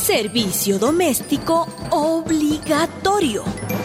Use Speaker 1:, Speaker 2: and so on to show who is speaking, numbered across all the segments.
Speaker 1: Servicio doméstico obligatorio.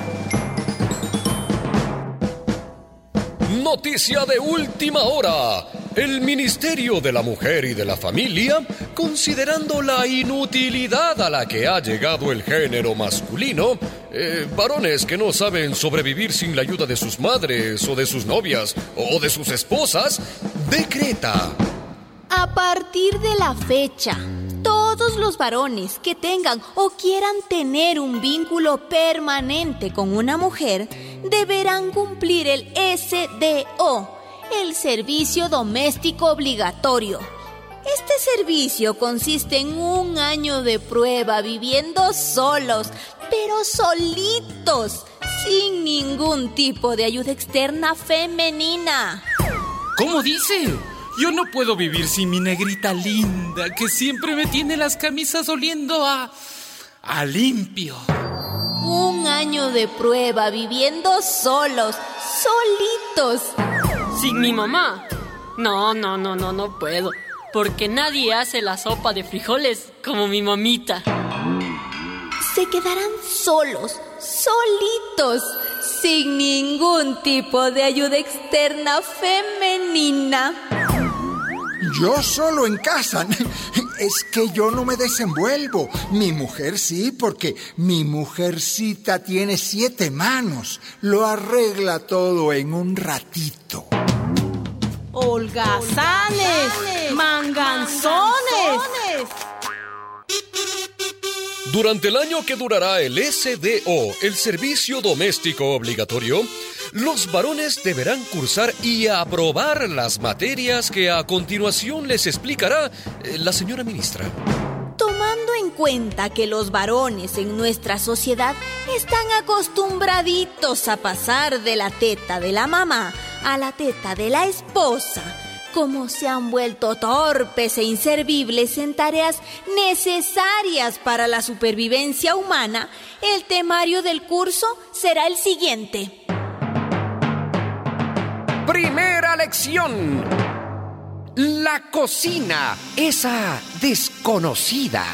Speaker 2: Noticia de última hora. El Ministerio de la Mujer y de la Familia, considerando la inutilidad a la que ha llegado el género masculino, varones que no saben sobrevivir sin la ayuda de sus madres o de sus novias o de sus esposas, decreta:
Speaker 1: a partir de la fecha, todos los varones que tengan o quieran tener un vínculo permanente con una mujer deberán cumplir el SDO, el Servicio Doméstico Obligatorio. Este servicio consiste en 1 año de prueba viviendo solos, pero solitos, sin ningún tipo de ayuda externa femenina.
Speaker 3: ¿Cómo dice? Yo no puedo vivir sin mi negrita linda, que siempre me tiene las camisas oliendo a limpio.
Speaker 1: 1 año de prueba viviendo solos, solitos.
Speaker 4: ¿Sin mi mamá? No puedo. Porque nadie hace la sopa de frijoles como mi mamita.
Speaker 1: Se quedarán solos, solitos, sin ningún tipo de ayuda externa femenina.
Speaker 5: Yo solo en casa. Es que yo no me desenvuelvo. Mi mujer sí, porque mi mujercita tiene 7 manos. Lo arregla todo en un ratito.
Speaker 6: Holgazanes, manganzones.
Speaker 2: Durante el año que durará el SDO, el Servicio Doméstico Obligatorio, los varones deberán cursar y aprobar las materias que a continuación les explicará la señora ministra.
Speaker 1: Tomando en cuenta que los varones en nuestra sociedad están acostumbraditos a pasar de la teta de la mamá a la teta de la esposa, como se han vuelto torpes e inservibles en tareas necesarias para la supervivencia humana, el temario del curso será el siguiente.
Speaker 7: Primera lección: la cocina, esa desconocida.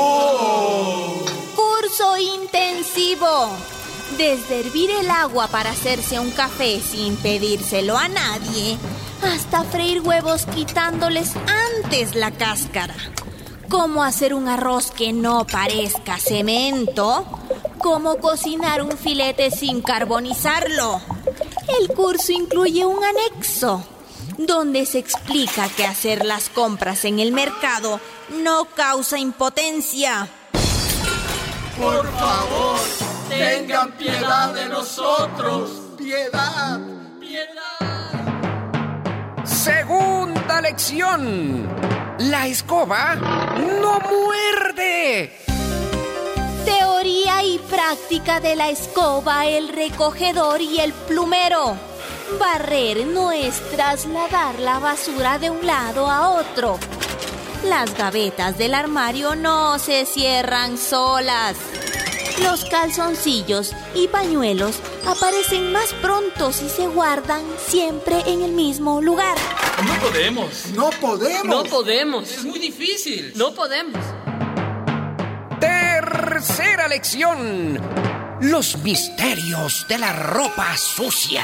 Speaker 1: Curso intensivo. Desde hervir el agua para hacerse un café sin pedírselo a nadie, hasta freír huevos quitándoles antes la cáscara. Cómo hacer un arroz que no parezca cemento. Cómo cocinar un filete sin carbonizarlo. El curso incluye un anexo donde se explica que hacer las compras en el mercado no causa impotencia.
Speaker 8: Por favor, tengan piedad de nosotros.
Speaker 5: ¡Piedad!
Speaker 7: Segunda lección: la escoba no muerde.
Speaker 1: Teoría y práctica de la escoba, el recogedor y el plumero. Barrer no es trasladar la basura de un lado a otro. Las gavetas del armario no se cierran solas. Los calzoncillos y pañuelos aparecen más pronto si se guardan siempre en el mismo lugar.
Speaker 5: ¡No podemos!
Speaker 3: Es muy difícil.
Speaker 4: No podemos.
Speaker 7: Tercera lección: los misterios de la ropa sucia.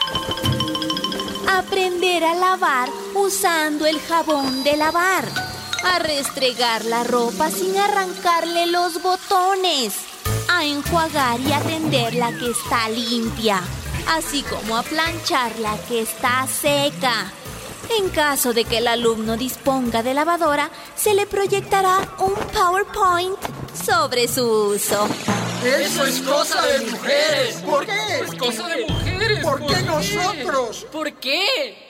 Speaker 1: Aprender a lavar usando el jabón de lavar. A restregar la ropa sin arrancarle los botones. A enjuagar y a tender la que está limpia, así como a planchar la que está seca. En caso de que el alumno disponga de lavadora, se le proyectará un PowerPoint sobre su uso.
Speaker 8: Eso es cosa de mujeres.
Speaker 5: ¿Por qué?
Speaker 3: Es cosa de mujeres.
Speaker 5: ¿Por qué nosotros?
Speaker 4: ¿Por qué?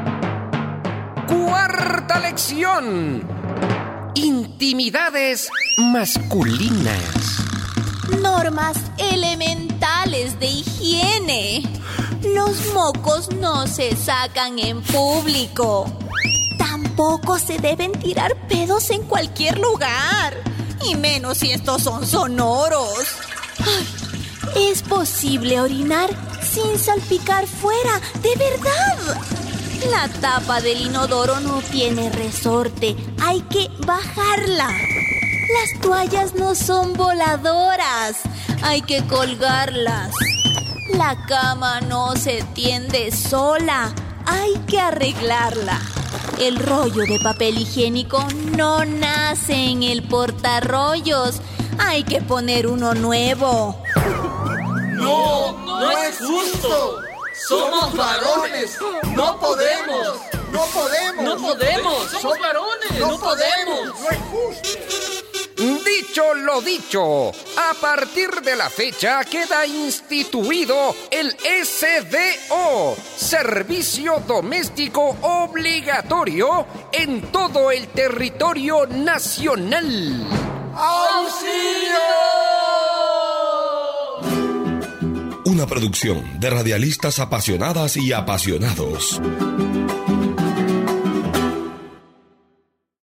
Speaker 7: Cuarta lección: intimidades masculinas.
Speaker 1: Normas elementales de higiene. Los mocos no se sacan en público. Tampoco se deben tirar pedos en cualquier lugar. Y menos si estos son sonoros. Ay, es posible orinar sin salpicar fuera, de verdad. La tapa del inodoro no tiene resorte. Hay que bajarla. Las toallas no son voladoras. Hay que colgarlas. La cama no se tiende sola. Hay que arreglarla. El rollo de papel higiénico no nace en el portarrollos. Hay que poner uno nuevo.
Speaker 8: No es justo. Somos varones. No podemos.
Speaker 4: Somos varones.
Speaker 8: No podemos.
Speaker 5: No es justo.
Speaker 7: Dicho lo dicho, a partir de la fecha queda instituido el SDO, Servicio Doméstico Obligatorio, en todo el territorio nacional.
Speaker 8: ¡Auxilio!
Speaker 9: Una producción de radialistas apasionadas y apasionados.